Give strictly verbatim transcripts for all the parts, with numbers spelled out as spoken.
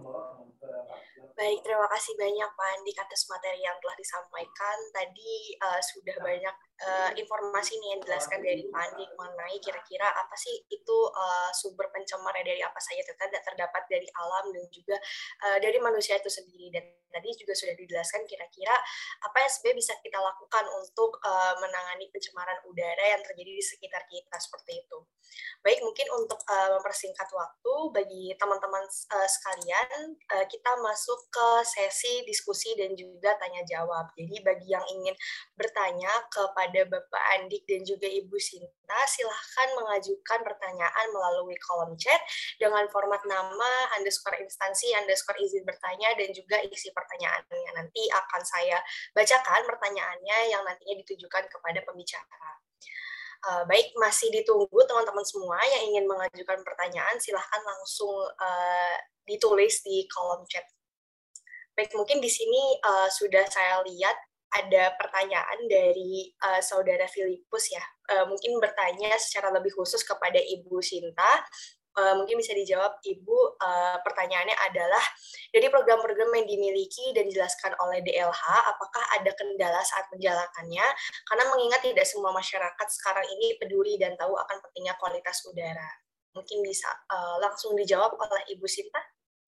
Baik, terima kasih banyak Pak Andik atas materi yang telah disampaikan. Tadi uh, sudah banyak uh, informasi nih yang dijelaskan dari Pak Andik mengenai kira-kira apa sih itu uh, sumber pencemarnya dari apa saja terdapat dari alam dan juga uh, dari manusia itu sendiri. Dan tadi juga sudah dijelaskan kira-kira apa yang sebenarnya bisa kita lakukan untuk uh, menangani pencemaran udara yang terjadi di sekitar kita seperti itu. Baik, mungkin untuk uh, mempersingkat waktu bagi teman-teman uh, sekalian, uh, kita masuk ke sesi diskusi dan juga tanya jawab. Jadi bagi yang ingin bertanya kepada Bapak Andik dan juga Ibu Sinta, silahkan mengajukan pertanyaan melalui kolom chat dengan format nama, underscore instansi, underscore izin bertanya, dan juga isi pertanyaannya. Nanti akan saya bacakan pertanyaannya yang nantinya ditujukan kepada pembicara. Uh, baik, masih ditunggu teman-teman semua yang ingin mengajukan pertanyaan, silahkan langsung uh, ditulis di kolom chat. Baik, mungkin di sini uh, sudah saya lihat ada pertanyaan dari uh, saudara Filipus ya. Uh, mungkin bertanya secara lebih khusus kepada Ibu Sinta. Uh, mungkin bisa dijawab Ibu, uh, pertanyaannya adalah, dari program-program yang dimiliki dan dijelaskan oleh D L H, apakah ada kendala saat menjalankannya? Karena mengingat tidak semua masyarakat sekarang ini peduli dan tahu akan pentingnya kualitas udara. Mungkin bisa uh, langsung dijawab oleh Ibu Sinta.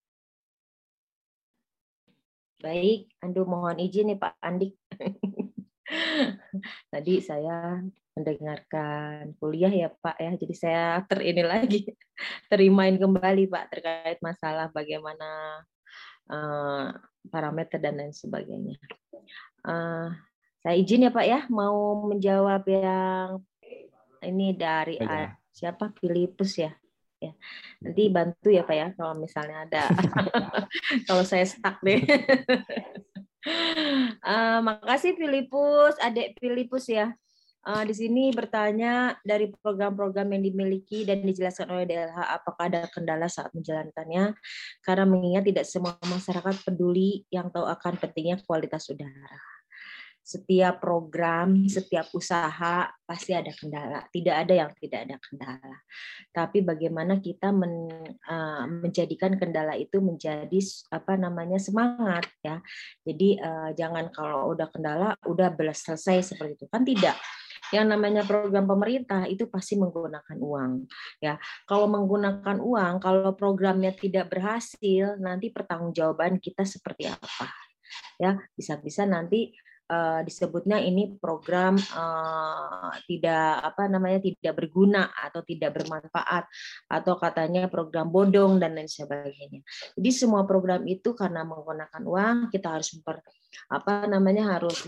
Baik, Andu mohon izin nih Pak Andik. Tadi saya mendengarkan kuliah ya Pak ya, jadi saya terini lagi, terimain kembali Pak terkait masalah bagaimana uh, parameter dan lain sebagainya. Uh, saya izin ya Pak ya, mau menjawab yang ini dari ya. Siapa Filipus ya. Ya, nanti bantu ya Pak ya kalau misalnya ada kalau saya stuck deh. uh, makasih Filipus, adik Filipus ya. Uh, di sini bertanya dari program-program yang dimiliki dan dijelaskan oleh D L H, apakah ada kendala saat menjalankannya? Karena mengingat tidak semua masyarakat peduli yang tahu akan pentingnya kualitas udara. Setiap program, setiap usaha pasti ada kendala. Tidak ada yang tidak ada kendala. Tapi bagaimana kita men, uh, menjadikan kendala itu menjadi apa namanya semangat ya. Jadi uh, jangan kalau udah kendala udah selesai seperti itu, kan tidak. Yang namanya program pemerintah itu pasti menggunakan uang ya. Kalau menggunakan uang, kalau programnya tidak berhasil, nanti pertanggungjawaban kita seperti apa ya. Bisa-bisa nanti Uh, disebutnya ini program uh, tidak apa namanya tidak berguna atau tidak bermanfaat atau katanya program bodong dan lain sebagainya. Jadi semua program itu karena menggunakan uang kita harus memper, apa namanya harus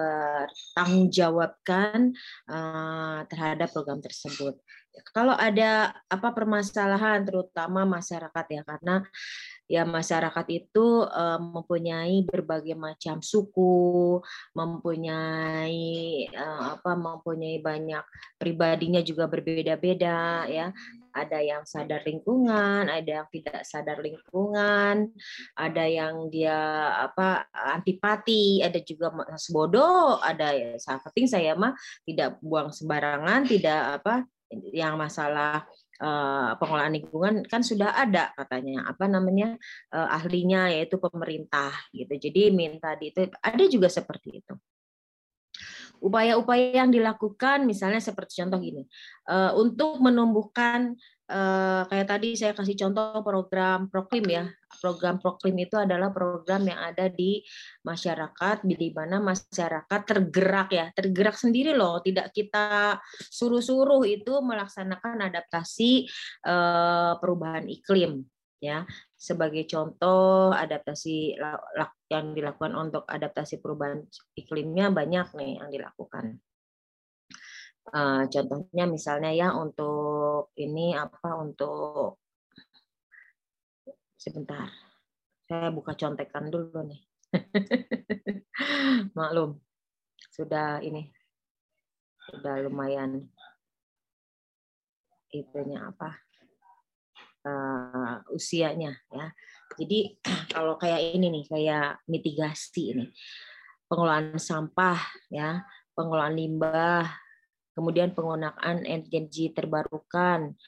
mempertanggungjawabkan uh, terhadap program tersebut. Kalau ada apa permasalahan terutama masyarakat ya, karena ya masyarakat itu uh, mempunyai berbagai macam suku, mempunyai uh, apa mempunyai banyak pribadinya juga berbeda-beda ya. Ada yang sadar lingkungan, ada yang tidak sadar lingkungan, ada yang dia apa antipati, ada juga bodoh, ada ya penting saya mah tidak buang sembarangan, tidak apa yang masalah Uh, pengelolaan lingkungan kan sudah ada katanya apa namanya uh, ahlinya yaitu pemerintah gitu. Jadi minta di itu ada juga seperti itu. Upaya-upaya yang dilakukan misalnya seperti contoh gini, uh, untuk menumbuhkan uh, kayak tadi saya kasih contoh program Proklim ya. Program Proklim itu adalah program yang ada di masyarakat di mana masyarakat tergerak ya, tergerak sendiri loh, tidak kita suruh-suruh itu melaksanakan adaptasi uh, perubahan iklim ya. Sebagai contoh adaptasi yang dilakukan untuk adaptasi perubahan iklimnya banyak nih yang dilakukan. Uh, contohnya misalnya ya untuk ini apa untuk sebentar saya buka contekan dulu nih. Maklum sudah ini sudah lumayan itunya apa uh, usianya ya. Jadi kalau kayak ini nih kayak mitigasi ini pengelolaan sampah ya, pengelolaan limbah, kemudian penggunaan energi terbarukan,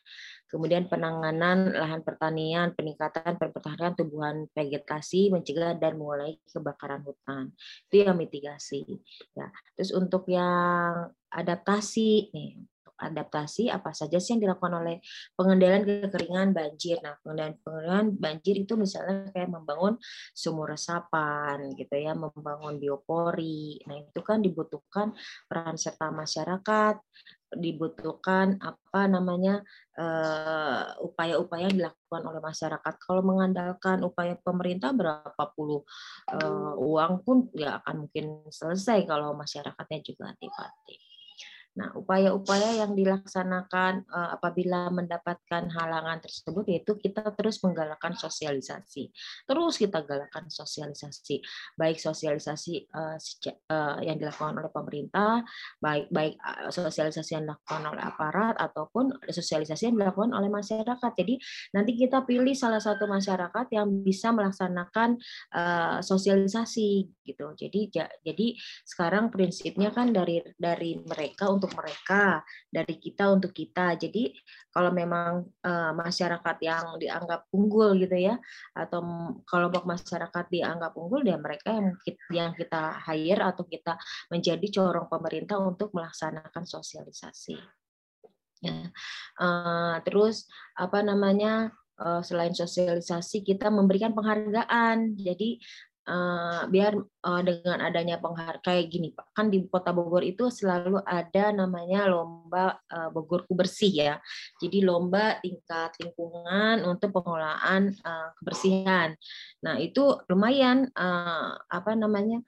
kemudian penanganan lahan pertanian, peningkatan pertahanan tumbuhan vegetasi, mencegah dan mengurangi kebakaran hutan. Itu yang mitigasi. Ya, terus untuk yang adaptasi nih, adaptasi apa saja sih yang dilakukan oleh pengendalian kekeringan banjir. Nah, pengendalian pengendalian banjir itu misalnya kayak membangun sumur resapan gitu ya, membangun biopori. Nah, itu kan dibutuhkan peran serta masyarakat, dibutuhkan apa namanya upaya-upaya yang dilakukan oleh masyarakat. Kalau mengandalkan upaya pemerintah berapa puluh uh, uang pun nggak akan mungkin selesai kalau masyarakatnya juga hati-hati. Nah, upaya-upaya yang dilaksanakan uh, apabila mendapatkan halangan tersebut yaitu kita terus menggalakkan sosialisasi. Terus kita galakkan sosialisasi, baik sosialisasi uh, uh, yang dilakukan oleh pemerintah, baik baik uh, sosialisasi yang dilakukan oleh aparat ataupun sosialisasi yang dilakukan oleh masyarakat. Jadi nanti kita pilih salah satu masyarakat yang bisa melaksanakan uh, sosialisasi gitu. Jadi ja, jadi sekarang prinsipnya kan dari dari mereka untuk mereka, dari kita untuk kita. Jadi kalau memang uh, masyarakat yang dianggap unggul gitu ya, atau kelompok masyarakat dianggap unggul, ya mereka yang kita, yang kita hire atau kita menjadi corong pemerintah untuk melaksanakan sosialisasi. Ya. Uh, terus apa namanya? Uh, selain sosialisasi, kita memberikan penghargaan. Jadi Uh, biar uh, dengan adanya penghargaan kayak gini Pak, kan di Kota Bogor itu selalu ada namanya lomba uh, Bogorku Bersih ya. Jadi lomba tingkat lingkungan untuk pengelolaan uh, kebersihan. Nah itu lumayan uh, apa namanya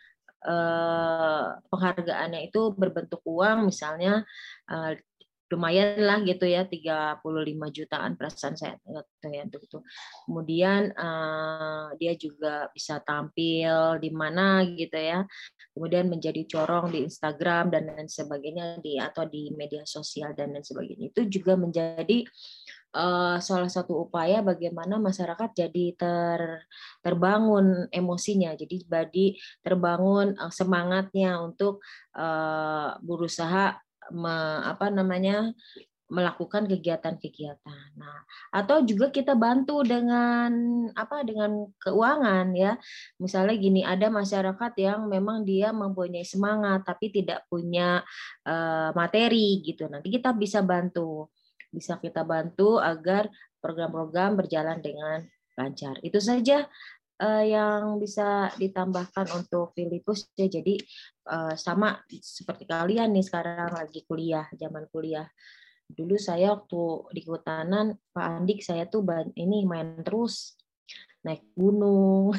uh, penghargaannya itu berbentuk uang, misalnya uh, lumayan lah gitu ya, tiga puluh lima jutaan perasaan saya untuk itu. Kemudian uh, dia juga bisa tampil di mana gitu ya, kemudian menjadi corong di Instagram dan lain sebagainya, di atau di media sosial dan lain sebagainya. Itu juga menjadi uh, salah satu upaya bagaimana masyarakat jadi ter terbangun emosinya, jadi badi terbangun uh, semangatnya untuk uh, berusaha Me, apa namanya melakukan kegiatan-kegiatan. Nah, atau juga kita bantu dengan apa dengan keuangan ya. Misalnya gini, ada masyarakat yang memang dia mempunyai semangat tapi tidak punya uh, materi gitu. Nanti kita bisa bantu. Bisa kita bantu agar program-program berjalan dengan lancar. Itu saja yang bisa ditambahkan untuk Filipus ya. Jadi sama seperti kalian nih sekarang lagi kuliah, zaman kuliah. Dulu saya waktu di Kehutanan, Pak Andik, saya tuh ini main terus, naik gunung,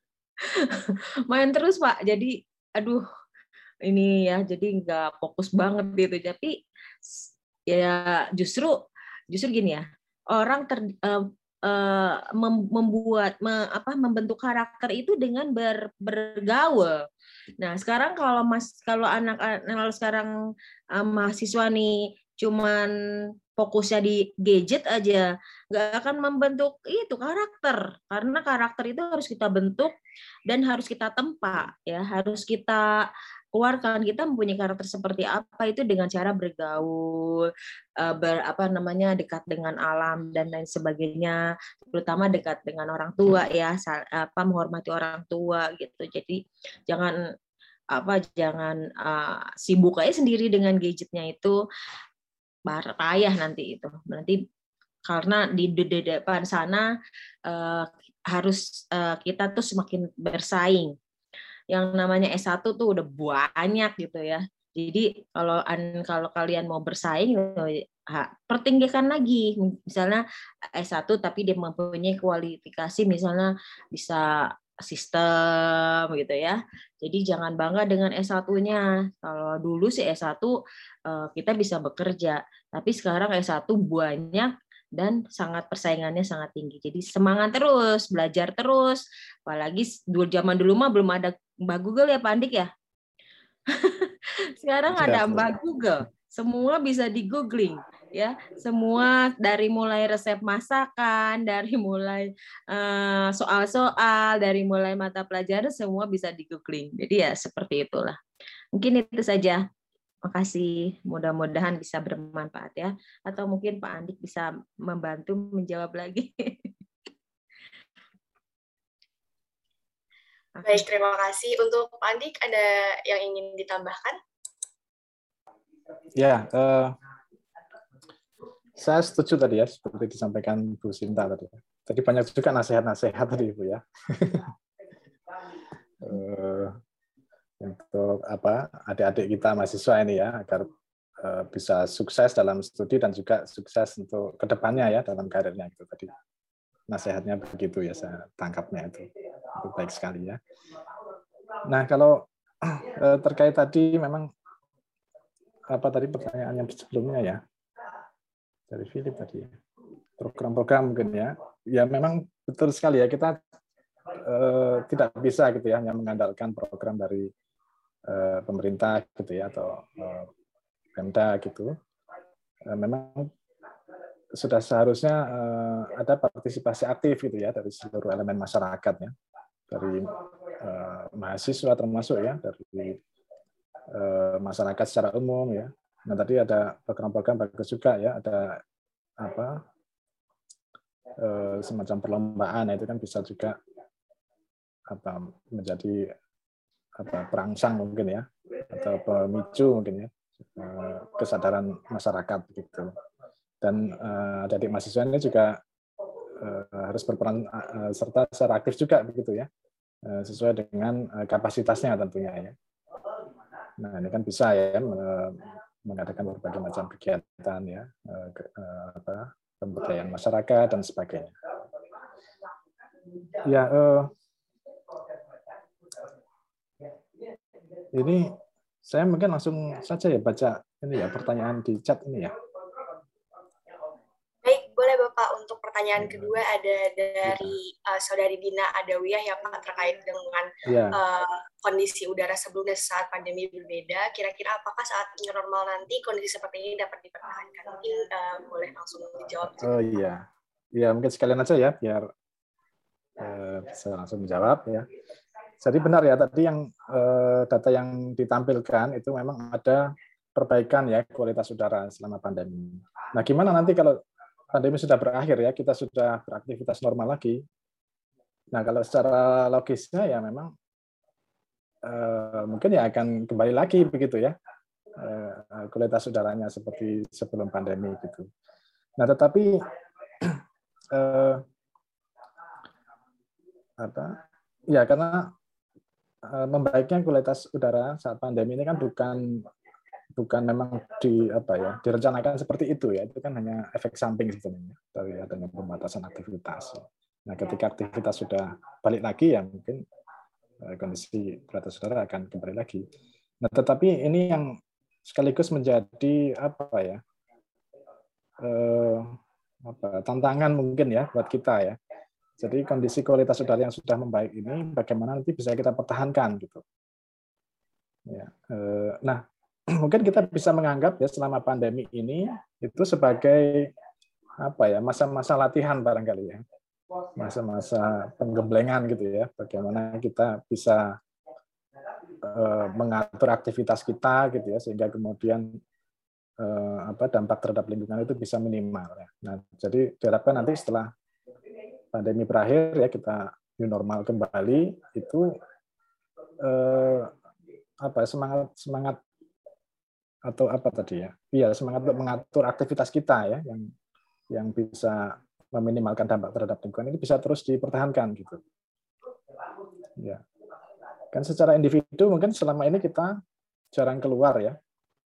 main terus Pak. Jadi aduh ini ya, jadi nggak fokus banget gitu. Tapi ya justru justru gini ya, orang ter membuat apa membentuk karakter itu dengan ber, bergaul. Nah sekarang kalau mas kalau anak kalau sekarang mahasiswa nih cuman fokusnya di gadget aja, nggak akan membentuk itu karakter, karena karakter itu harus kita bentuk dan harus kita tempa ya, harus kita keluarkan. Kita mempunyai karakter seperti apa itu dengan cara bergaul, ber, apa namanya dekat dengan alam dan lain sebagainya, terutama dekat dengan orang tua ya, apa menghormati orang tua gitu. Jadi jangan apa jangan uh, sibuk aja sendiri dengan gadgetnya, itu payah nanti itu. Nanti karena di depan sana uh, harus uh, kita tuh semakin bersaing. Yang namanya S satu tuh udah banyak gitu ya. Jadi kalau kalau kalian mau bersaing, pertinggikan lagi. Misalnya S satu tapi dia mempunyai kualifikasi misalnya bisa sistem gitu ya. Jadi jangan bangga dengan S satu-nya. Kalau dulu sih S satu kita bisa bekerja, tapi sekarang S satu banyak dan sangat persaingannya sangat tinggi. Jadi semangat terus, belajar terus. Apalagi dulu zaman dulu mah belum ada Mbak Google ya Pak Andik ya. Sekarang Siap, ada Mbak Google. Semua bisa di googling ya. Semua dari mulai resep masakan, dari mulai uh, soal-soal, dari mulai mata pelajaran semua bisa di googling. Jadi ya seperti itulah. Mungkin itu saja. Makasih, mudah-mudahan bisa bermanfaat ya. Atau mungkin Pak Andik bisa membantu menjawab lagi. Baik, terima kasih. Untuk Pak Andik, ada yang ingin ditambahkan? Ya, eh, saya setuju tadi ya, seperti disampaikan Bu Sinta tadi. Tadi banyak juga nasihat-nasihat tadi Bu ya. eh, untuk apa adik-adik kita mahasiswa ini ya, agar eh, bisa sukses dalam studi dan juga sukses untuk kedepannya ya dalam karirnya itu tadi. Nasihatnya begitu ya, saya tangkapnya itu. Itu baik sekali ya. Nah, kalau eh, terkait tadi memang apa tadi pertanyaan yang sebelumnya ya dari Philip tadi ya. Program-program mungkin ya. Ya memang betul sekali ya, kita eh, tidak bisa gitu ya hanya mengandalkan program dari eh, pemerintah gitu ya atau eh, Pemda gitu. Eh, memang sudah seharusnya eh, ada partisipasi aktif gitu ya dari seluruh elemen masyarakat ya, dari eh, mahasiswa termasuk ya, dari eh, masyarakat secara umum ya. Nah tadi ada program-program bagus juga ya, ada apa eh, semacam perlombaan, itu kan bisa juga apa menjadi apa perangsang mungkin ya, atau pemicu mungkin ya eh, kesadaran masyarakat gitu. Dan uh, adik mahasiswa ini juga uh, harus berperan uh, serta secara aktif juga begitu ya, uh, sesuai dengan uh, kapasitasnya tentunya ya. Nah ini kan bisa ya mengadakan berbagai macam kegiatan ya, uh, ke, uh, apa, pemberdayaan masyarakat dan sebagainya. Ya uh, ini saya mungkin langsung saja ya baca ini ya pertanyaan di chat ini ya. Boleh Bapak, untuk pertanyaan kedua ada dari uh, Saudari Dina Adawiyah ya Pak, terkait dengan ya. uh, kondisi udara sebelumnya saat pandemi berbeda. Kira-kira apakah saat new normal nanti kondisi seperti ini dapat dipertahankan? Mungkin uh, boleh langsung dijawab. Oh iya, ya mungkin sekalian aja ya biar uh, bisa langsung menjawab ya. Jadi benar ya tadi yang uh, data yang ditampilkan itu memang ada perbaikan ya kualitas udara selama pandemi. Nah gimana nanti kalau pandemi sudah berakhir ya, kita sudah beraktivitas normal lagi. Nah, kalau secara logisnya ya memang eh, mungkin ya akan kembali lagi begitu ya, eh, kualitas udaranya seperti sebelum pandemi gitu. Nah, tetapi eh, apa? Ya karena eh, membaiknya kualitas udara saat pandemi ini kan bukan bukan memang di apa ya direncanakan seperti itu ya, itu kan hanya efek samping sebenarnya dari adanya pembatasan aktivitas. Nah ketika aktivitas sudah balik lagi ya mungkin kondisi kualitas udara akan kembali lagi. Nah tetapi ini yang sekaligus menjadi apa ya eh, apa, tantangan mungkin ya buat kita ya. Jadi kondisi kualitas udara yang sudah membaik ini bagaimana nanti bisa kita pertahankan gitu. Ya, eh, nah mungkin kita bisa menganggap ya selama pandemi ini itu sebagai apa ya masa-masa latihan barangkali ya, masa-masa penggemblengan gitu ya, bagaimana kita bisa uh, mengatur aktivitas kita gitu ya sehingga kemudian uh, apa dampak terhadap lingkungan itu bisa minimal ya. Nah jadi diharapkan nanti setelah pandemi berakhir ya kita new normal kembali itu uh, apa semangat semangat atau apa tadi ya? Iya, semangat untuk mengatur aktivitas kita ya yang yang bisa meminimalkan dampak terhadap lingkungan ini bisa terus dipertahankan gitu. Ya. Kan secara individu mungkin selama ini kita jarang keluar ya.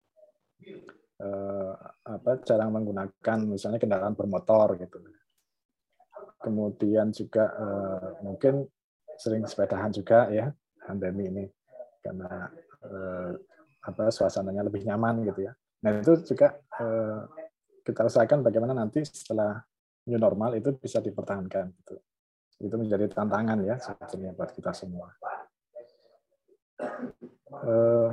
Eh, apa jarang menggunakan misalnya kendaraan bermotor gitu. Kemudian juga eh, mungkin sering sepedahan juga ya pandemi ini karena eh, apa suasananya lebih nyaman gitu ya. Nah itu juga eh, kita usahakan bagaimana nanti setelah new normal itu bisa dipertahankan gitu. Itu menjadi tantangan ya sebetulnya buat kita semua. Eh,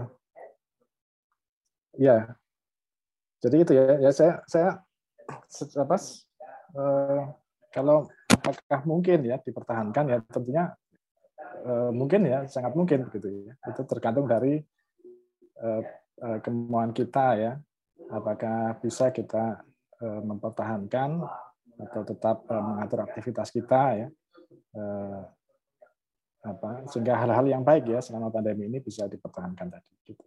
ya, jadi itu ya. Ya saya saya apa eh, kalau apakah mungkin ya dipertahankan ya tentunya eh, mungkin ya sangat mungkin gitu ya. Itu tergantung dari kemauan kita ya, apakah bisa kita mempertahankan atau tetap mengatur aktivitas kita ya, apa sehingga hal-hal yang baik ya selama pandemi ini bisa dipertahankan tadi. Gitu.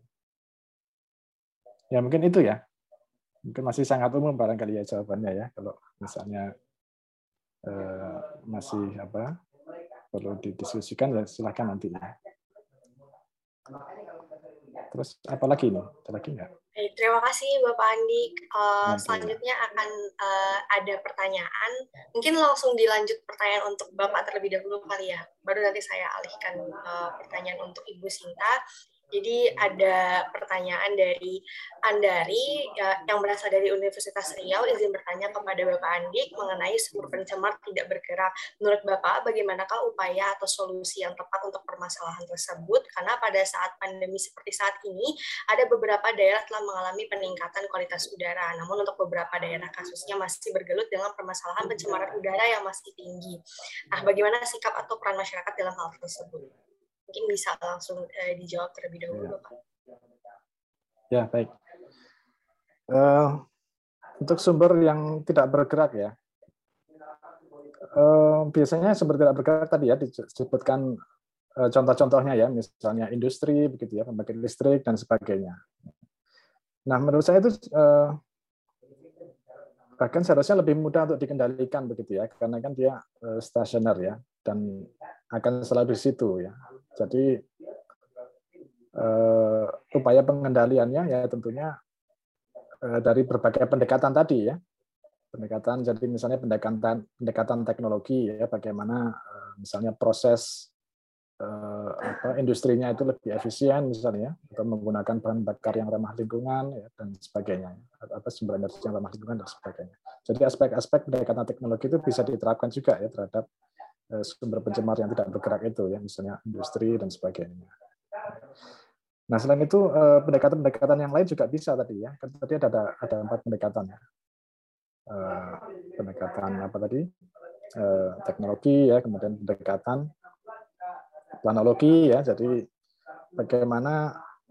Ya mungkin itu ya, mungkin masih sangat umum barangkali ya jawabannya ya, kalau misalnya eh, masih apa perlu didiskusikan ya silahkan nanti ya. Terus apa lagi nih? Ada lagi nggak? Baik, terima kasih Bapak Andik. Uh, selanjutnya akan uh, ada pertanyaan. Mungkin langsung dilanjut pertanyaan untuk Bapak terlebih dahulu kali ya. Baru nanti saya alihkan uh, pertanyaan untuk Ibu Sinta. Jadi ada pertanyaan dari Andari ya, yang berasal dari Universitas Riau, izin bertanya kepada Bapak Andik mengenai sumber pencemar tidak bergerak. Menurut Bapak, bagaimanakah upaya atau solusi yang tepat untuk permasalahan tersebut? Karena pada saat pandemi seperti saat ini, ada beberapa daerah telah mengalami peningkatan kualitas udara, namun untuk beberapa daerah kasusnya masih bergelut dengan permasalahan pencemaran udara yang masih tinggi. Nah, bagaimana sikap atau peran masyarakat dalam hal tersebut? Mungkin bisa langsung eh, dijawab terlebih dahulu, Bapak. Ya, baik. Uh, untuk sumber yang tidak bergerak ya, uh, biasanya sumber tidak bergerak tadi ya disebutkan uh, contoh-contohnya ya, misalnya industri, begitu ya, pembangkit listrik dan sebagainya. Nah, menurut saya itu uh, bahkan seharusnya lebih mudah untuk dikendalikan begitu ya, karena kan dia uh, stasioner ya, dan akan selalu di situ ya. Jadi uh, upaya pengendaliannya ya tentunya uh, dari berbagai pendekatan tadi ya, pendekatan jadi misalnya pendekatan pendekatan teknologi ya, bagaimana uh, misalnya proses uh, apa, industrinya itu lebih efisien misalnya, atau menggunakan bahan bakar yang ramah lingkungan ya, dan sebagainya, apa sumber energi yang ramah lingkungan dan sebagainya. Jadi aspek-aspek pendekatan teknologi itu bisa diterapkan juga ya terhadap sumber pencemar yang tidak bergerak itu ya, misalnya industri dan sebagainya. Nah, selain itu pendekatan-pendekatan yang lain juga bisa tadi ya. Kan tadi ada ada empat pendekatan ya. Pendekatan apa tadi? Teknologi ya, kemudian pendekatan planologi ya. Jadi bagaimana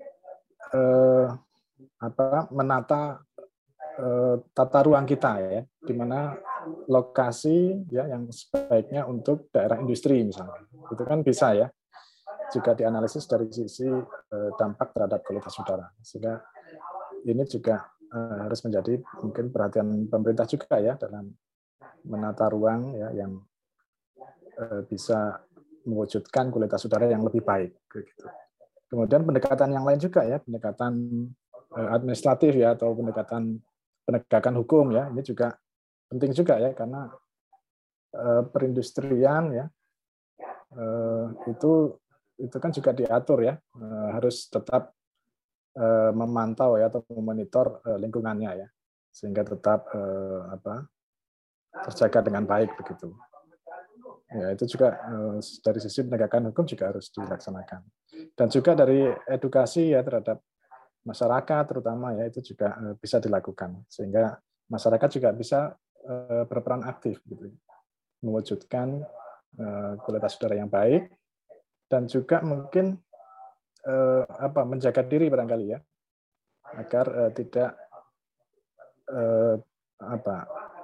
eh, apa menata eh, tata ruang kita ya, di mana lokasi ya yang sebaiknya untuk daerah industri misalnya, itu kan bisa ya juga dianalisis dari sisi eh, dampak terhadap kualitas udara, sehingga ini juga eh, harus menjadi mungkin perhatian pemerintah juga ya dalam menata ruang ya yang eh, bisa mewujudkan kualitas udara yang lebih baik. Gitu. Kemudian pendekatan yang lain juga ya, pendekatan eh, administratif ya, atau pendekatan penegakan hukum ya, ini juga penting juga ya, karena eh, perindustrian ya eh, itu itu kan juga diatur ya, eh, harus tetap eh, memantau ya atau memonitor eh, lingkungannya ya, sehingga tetap eh, apa terjaga dengan baik begitu. Ya, itu juga eh, dari sisi penegakan hukum juga harus dilaksanakan. Dan juga dari edukasi ya terhadap masyarakat terutama ya, itu juga eh, bisa dilakukan, sehingga masyarakat juga bisa berperan aktif gitu, mewujudkan kualitas udara yang baik, dan juga mungkin eh, apa menjaga diri barangkali ya, agar eh, tidak eh, apa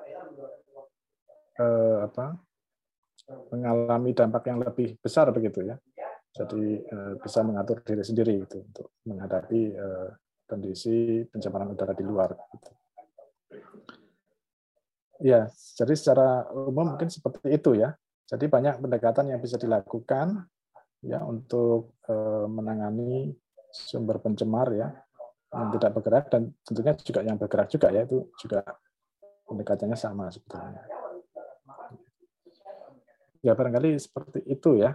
eh, apa mengalami dampak yang lebih besar begitu ya. Jadi eh, bisa mengatur diri sendiri gitu untuk menghadapi eh, kondisi pencemaran udara di luar. Gitu. Ya, jadi secara umum mungkin seperti itu ya. Jadi banyak pendekatan yang bisa dilakukan ya untuk eh, menangani sumber pencemar ya yang tidak bergerak, dan tentunya juga yang bergerak juga ya, itu juga pendekatannya sama sebetulnya. Ya barangkali seperti itu ya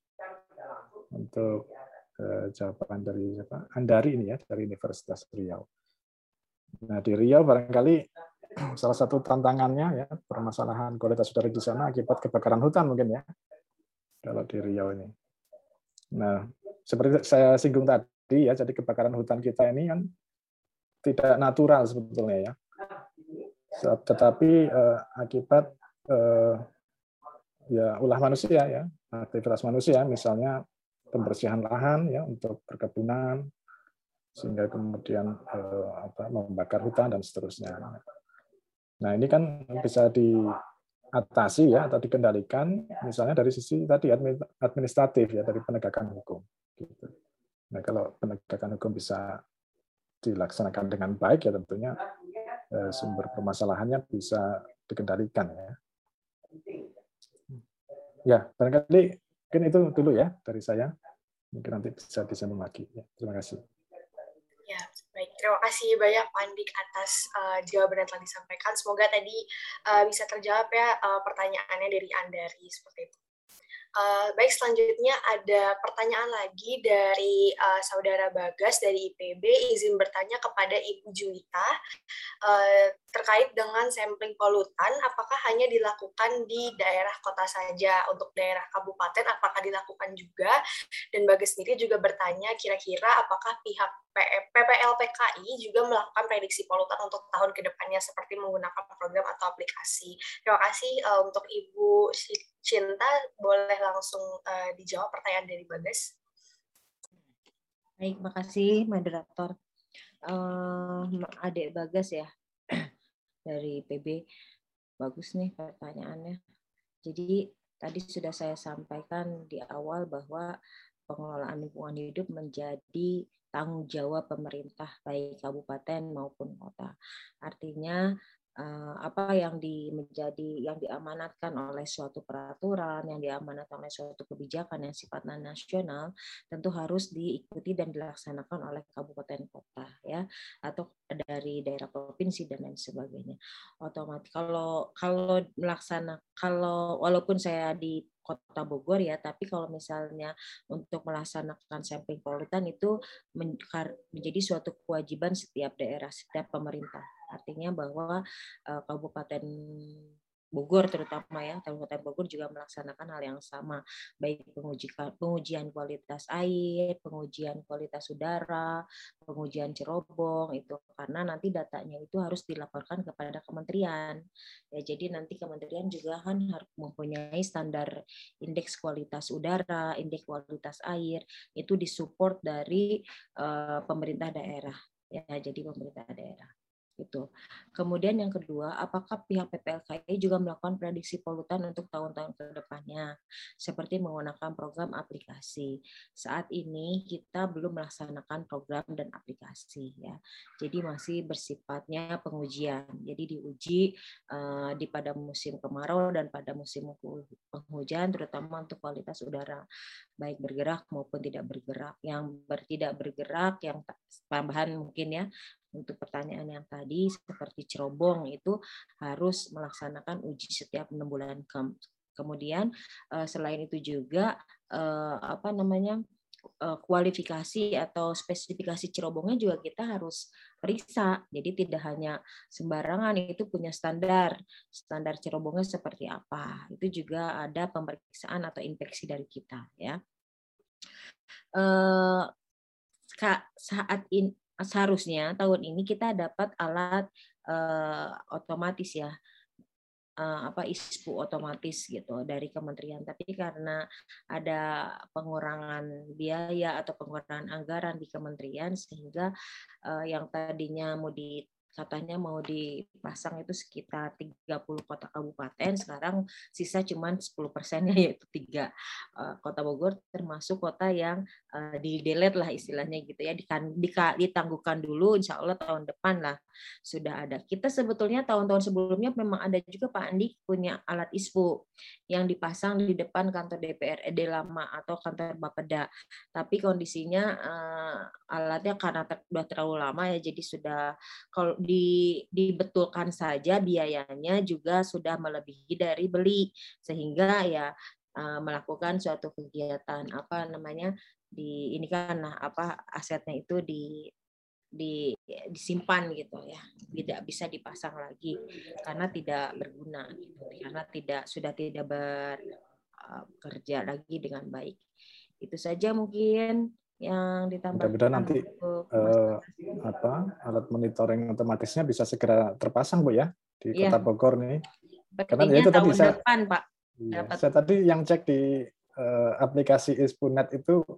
untuk eh, jawaban dari apa? Andari ini ya dari Universitas Riau. Nah di Riau barangkali salah satu tantangannya ya permasalahan kualitas udara di sana akibat kebakaran hutan mungkin ya kalau di Riau ini. Nah seperti saya singgung tadi ya, jadi kebakaran hutan kita ini kan tidak natural sebetulnya ya, tetapi eh, akibat eh, ya ulah manusia ya, aktivitas manusia, misalnya pembersihan lahan ya untuk perkebunan, sehingga kemudian eh, apa, membakar hutan dan seterusnya. Nah ini kan bisa diatasi ya atau dikendalikan misalnya dari sisi tadi administratif ya, dari penegakan hukum. Gitu. Nah kalau penegakan hukum bisa dilaksanakan dengan baik ya tentunya eh, sumber permasalahannya bisa dikendalikan ya. Ya barangkali mungkin itu dulu ya dari saya. Mungkin nanti bisa disambung lagi. Ya, terima kasih. Ya, baik. Terima kasih banyak Pak Andik atas uh, jawaban yang telah disampaikan. Semoga tadi uh, bisa terjawab ya uh, pertanyaannya dari Andari seperti itu. Uh, baik, selanjutnya ada pertanyaan lagi dari uh, Saudara Bagas dari I P B, izin bertanya kepada Ibu Juwita uh, terkait dengan sampling polutan, apakah hanya dilakukan di daerah kota saja, untuk daerah kabupaten apakah dilakukan juga, dan Bagas sendiri juga bertanya kira-kira apakah pihak P P L P K I juga melakukan prediksi polutan untuk tahun kedepannya seperti menggunakan program atau aplikasi. Terima kasih uh, untuk Ibu Cinta, boleh langsung uh, dijawab pertanyaan dari Bagas. Baik, makasih moderator. Uh, Adik Bagas ya dari P B, bagus nih pertanyaannya. Jadi tadi sudah saya sampaikan di awal bahwa pengelolaan lingkungan hidup menjadi tanggung jawab pemerintah baik kabupaten maupun kota. Artinya apa yang di, menjadi yang diamanatkan oleh suatu peraturan, yang diamanatkan oleh suatu kebijakan yang sifatnya nasional, tentu harus diikuti dan dilaksanakan oleh kabupaten kota ya, atau dari daerah provinsi dan lain sebagainya. Otomatis kalau kalau melaksanakan, kalau walaupun saya di Kota Bogor ya, tapi kalau misalnya untuk melaksanakan sampling polutan itu menjadi suatu kewajiban setiap daerah, setiap pemerintah. Artinya bahwa uh, Kabupaten Bogor terutama ya, Kabupaten Bogor juga melaksanakan hal yang sama, baik pengujian, pengujian kualitas air, pengujian kualitas udara, pengujian cerobong itu, karena nanti datanya itu harus dilaporkan kepada kementerian. Ya, jadi nanti kementerian juga kan harus mempunyai standar indeks kualitas udara, indeks kualitas air, itu disupport dari uh, pemerintah daerah. Ya, jadi pemerintah daerah. Itu. Kemudian yang kedua, apakah pihak P P L K I juga melakukan prediksi polutan untuk tahun-tahun ke depannya, seperti menggunakan program aplikasi. Saat ini kita belum melaksanakan program dan aplikasi ya. Jadi masih bersifatnya pengujian. Jadi diuji uh, di pada musim kemarau dan pada musim penghujan, terutama untuk kualitas udara, baik bergerak maupun tidak bergerak. Yang tidak bergerak, yang tambahan mungkin ya, untuk pertanyaan yang tadi seperti cerobong itu harus melaksanakan uji setiap enam bulan. Kemudian selain itu juga apa namanya kualifikasi atau spesifikasi cerobongnya juga kita harus periksa. Jadi tidak hanya sembarangan, itu punya standar. Standar cerobongnya seperti apa. Itu juga ada pemeriksaan atau inspeksi dari kita ya. Saat ini seharusnya tahun ini kita dapat alat uh, otomatis ya, uh, apa I S P U otomatis gitu dari kementerian, tapi karena ada pengurangan biaya atau pengurangan anggaran di kementerian sehingga uh, yang tadinya mau di katanya mau dipasang itu sekitar tiga puluh kota kabupaten, sekarang sisa cuma sepuluh persennya yaitu tiga kota Bogor, termasuk kota yang di delete lah istilahnya gitu ya, ditangguhkan dulu, insya Allah tahun depan lah sudah ada. Kita sebetulnya tahun-tahun sebelumnya memang ada juga Pak Andi punya alat I S P U yang dipasang di depan kantor D P R D lama atau kantor Bapeda, tapi kondisinya alatnya karena sudah terlalu lama ya, jadi sudah kalau di, dibetulkan saja biayanya juga sudah melebihi dari beli, sehingga ya uh, melakukan suatu kegiatan apa namanya di ini kan nah apa asetnya itu di, di disimpan gitu ya, tidak bisa dipasang lagi karena tidak berguna gitu, karena tidak sudah tidak bekerja uh, lagi dengan baik. Itu saja mungkin yang ditambahkan. Mudah-mudahan nanti eh, apa alat monitoring otomatisnya bisa segera terpasang Bu ya di ya. Kota Bogor nih. Karena ya itu tadi saya, depan, Pak. Iya, saya tadi yang cek di eh, aplikasi I S P U Net itu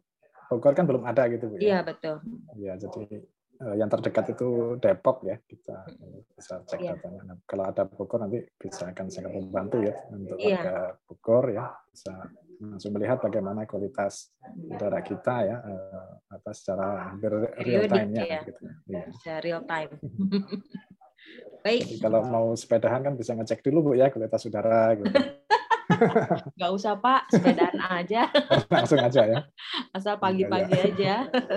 Bogor kan belum ada gitu Bu. Iya, betul. Iya, jadi yang terdekat itu Depok ya, kita bisa cek Iya. datanya. Nah, kalau ada Bogor nanti bisa akan sangat membantu ya untuk Iya. warga Bogor ya, bisa langsung melihat bagaimana kualitas udara kita ya, eh, apa secara hampir real time-nya ya. gitu. Iya. Bisa real time. Baik. Jadi kalau mau sepedahan kan bisa ngecek dulu Bu ya kualitas udara gitu. Nggak usah Pak, sepedaan aja. Langsung aja ya. Asal pagi-pagi ya, ya. aja.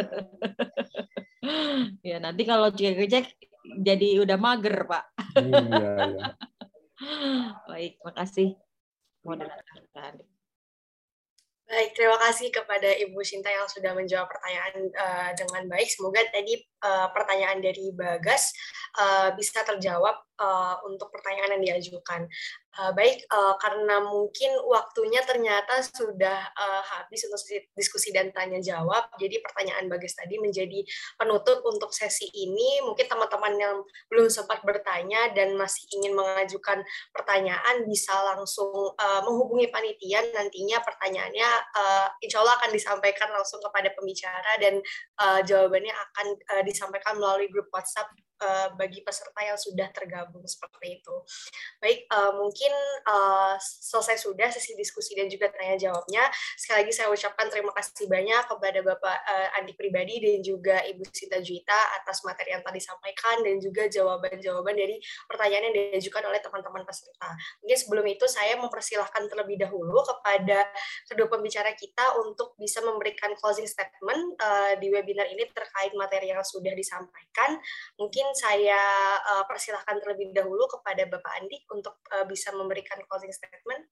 Ya nanti kalau cek-cek jadi udah mager Pak. Iya, iya. Baik, makasih moderator. Baik, terima kasih kepada Ibu Sinta yang sudah menjawab pertanyaan uh, dengan baik. Semoga tadi uh, pertanyaan dari Bagas uh, bisa terjawab uh, untuk pertanyaan yang diajukan. Uh, baik, uh, karena mungkin waktunya ternyata sudah uh, habis untuk diskusi dan tanya jawab, jadi pertanyaan Bagas tadi menjadi penutup untuk sesi ini. Mungkin teman-teman yang belum sempat bertanya dan masih ingin mengajukan pertanyaan bisa langsung uh, menghubungi panitia. Nantinya pertanyaannya uh, insya Allah akan disampaikan langsung kepada pembicara dan uh, jawabannya akan uh, disampaikan melalui grup WhatsApp uh, bagi peserta yang sudah tergabung seperti itu. Baik, uh, mungkin uh, selesai sudah sesi diskusi dan juga tanya jawabnya. Sekali lagi saya ucapkan terima kasih banyak kepada Bapak uh, Andi Pribadi dan juga Ibu Sinta Juwita atas materi yang tadi disampaikan dan juga jawaban-jawaban dari pertanyaan yang diajukan oleh teman-teman peserta. Mungkin sebelum itu saya mempersilahkan terlebih dahulu kepada kedua pembicara kita untuk bisa memberikan closing statement uh, di webinar ini terkait materi yang sudah disampaikan. Mungkin saya uh, persilahkan terlebih dahulu kepada Bapak Andi untuk uh, bisa memberikan closing statement.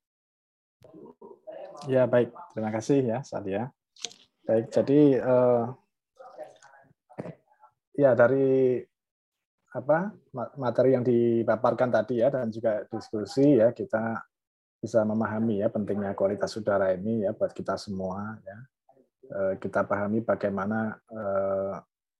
Ya, baik. Terima kasih ya, Sadia. Baik, jadi uh, ya dari apa materi yang dipaparkan tadi ya dan juga diskusi ya, kita bisa memahami ya pentingnya kualitas udara ini ya buat kita semua ya. Uh, kita pahami bagaimana uh,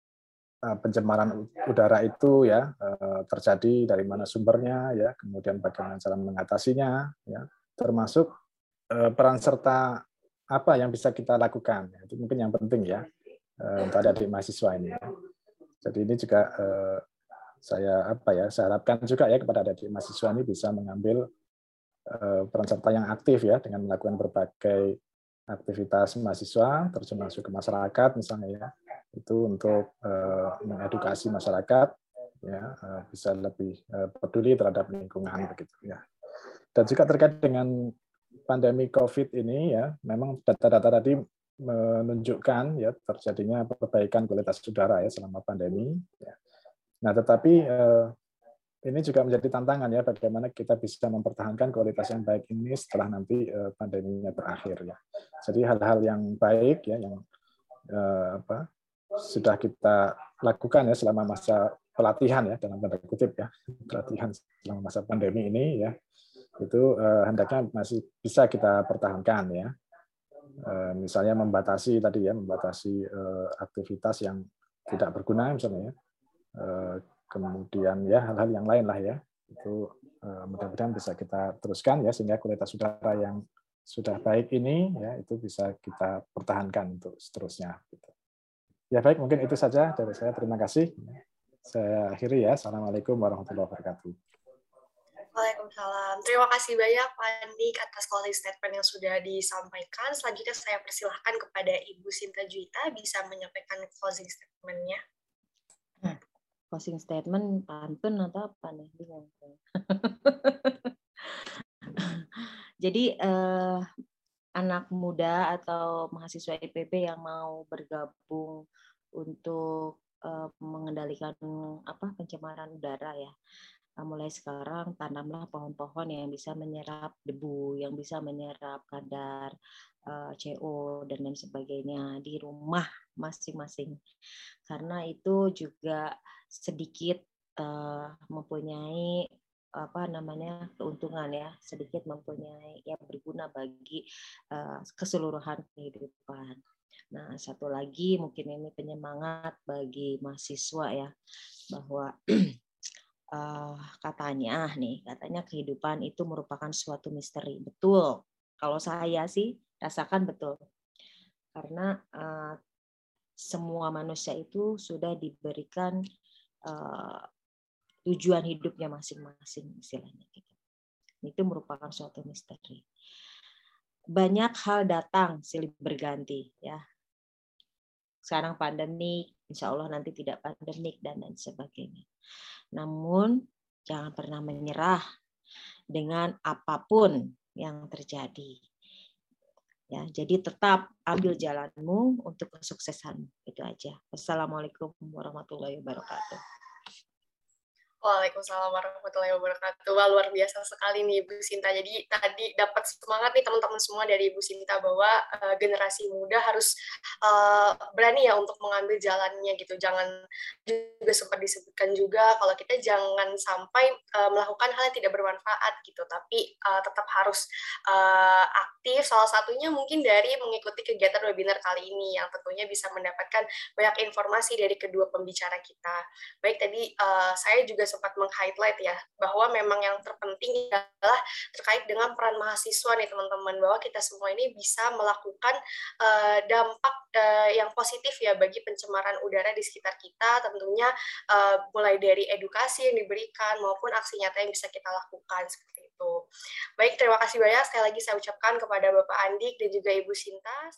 pencemaran udara itu ya uh, terjadi, dari mana sumbernya ya, kemudian bagaimana cara mengatasinya ya, termasuk peran serta apa yang bisa kita lakukan. Itu mungkin yang penting ya untuk adik-adik mahasiswa ini. Jadi ini juga eh, saya apa ya, saya harapkan juga ya kepada adik-adik mahasiswa ini bisa mengambil eh, peran serta yang aktif ya dengan melakukan berbagai aktivitas mahasiswa, terjun masuk ke masyarakat misalnya ya, itu untuk eh, mengedukasi masyarakat ya, eh, bisa lebih eh, peduli terhadap lingkungan begitu ya. Dan juga terkait dengan pandemi COVID ini ya, memang data-data tadi menunjukkan ya terjadinya perbaikan kualitas udara ya selama pandemi. Ya. Nah, tetapi eh, ini juga menjadi tantangan ya bagaimana kita bisa mempertahankan kualitas yang baik ini setelah nanti eh, pandeminya berakhir ya. Jadi hal-hal yang baik ya yang eh, apa sudah kita lakukan ya selama masa pelatihan ya dalam tanda kutip ya pelatihan selama masa pandemi ini ya, itu eh, hendaknya masih bisa kita pertahankan ya. Eh, misalnya membatasi tadi ya, membatasi eh, aktivitas yang tidak berguna misalnya ya. Eh, kemudian ya hal-hal yang lain lah ya. Itu eh, mudah-mudahan bisa kita teruskan ya sehingga kualitas udara yang sudah baik ini ya itu bisa kita pertahankan untuk seterusnya. Gitu. Ya baik, mungkin itu saja dari saya. Terima kasih. Saya akhiri ya. Assalamualaikum warahmatullahi wabarakatuh. Waalaikumsalam. Terima kasih banyak Pak Andi atas closing statement yang sudah disampaikan. Selanjutnya saya persilahkan kepada Ibu Sinta Juwita bisa menyampaikan closing statement-nya. Nah, closing statement pantun atau apa nih? Bingung. Jadi eh, anak muda atau mahasiswa I P B yang mau bergabung untuk eh, mengendalikan apa pencemaran udara ya. Mulai sekarang tanamlah pohon-pohon yang bisa menyerap debu, yang bisa menyerap kadar uh, C O dan lain sebagainya di rumah masing-masing. Karena itu juga sedikit uh, mempunyai apa namanya keuntungan ya, sedikit mempunyai yang berguna bagi uh, keseluruhan kehidupan. Nah, satu lagi mungkin ini penyemangat bagi mahasiswa ya, bahwa Uh, katanya nih, katanya kehidupan itu merupakan suatu misteri. Betul. Kalau saya sih rasakan betul. Karena uh, semua manusia itu sudah diberikan uh, tujuan hidupnya masing-masing istilahnya gitu. Itu merupakan suatu misteri. Banyak hal datang silih berganti ya. Sekarang pandemik, insya Allah nanti tidak pandemik dan lain sebagainya. Namun jangan pernah menyerah dengan apapun yang terjadi. Ya, jadi tetap ambil jalanmu untuk kesuksesan. Itu aja. Wassalamualaikum warahmatullahi wabarakatuh. Waalaikumsalam warahmatullahi wabarakatuh. Wah, luar biasa sekali nih Ibu Sinta. Jadi tadi dapat semangat nih teman-teman semua dari Ibu Sinta bahwa uh, generasi muda harus uh, berani ya untuk mengambil jalannya gitu. Jangan juga sempat disebutkan juga kalau kita jangan sampai uh, melakukan hal yang tidak bermanfaat gitu. Tapi uh, tetap harus uh, aktif. Salah satunya mungkin dari mengikuti kegiatan webinar kali ini yang tentunya bisa mendapatkan banyak informasi dari kedua pembicara kita. Baik, tadi uh, saya juga sempat meng-highlight ya, bahwa memang yang terpenting adalah terkait dengan peran mahasiswa nih teman-teman, bahwa kita semua ini bisa melakukan uh, dampak uh, yang positif ya bagi pencemaran udara di sekitar kita, tentunya uh, mulai dari edukasi yang diberikan maupun aksi nyata yang bisa kita lakukan seperti itu. Baik, terima kasih banyak sekali lagi saya ucapkan kepada Bapak Andik dan juga Ibu Sinta.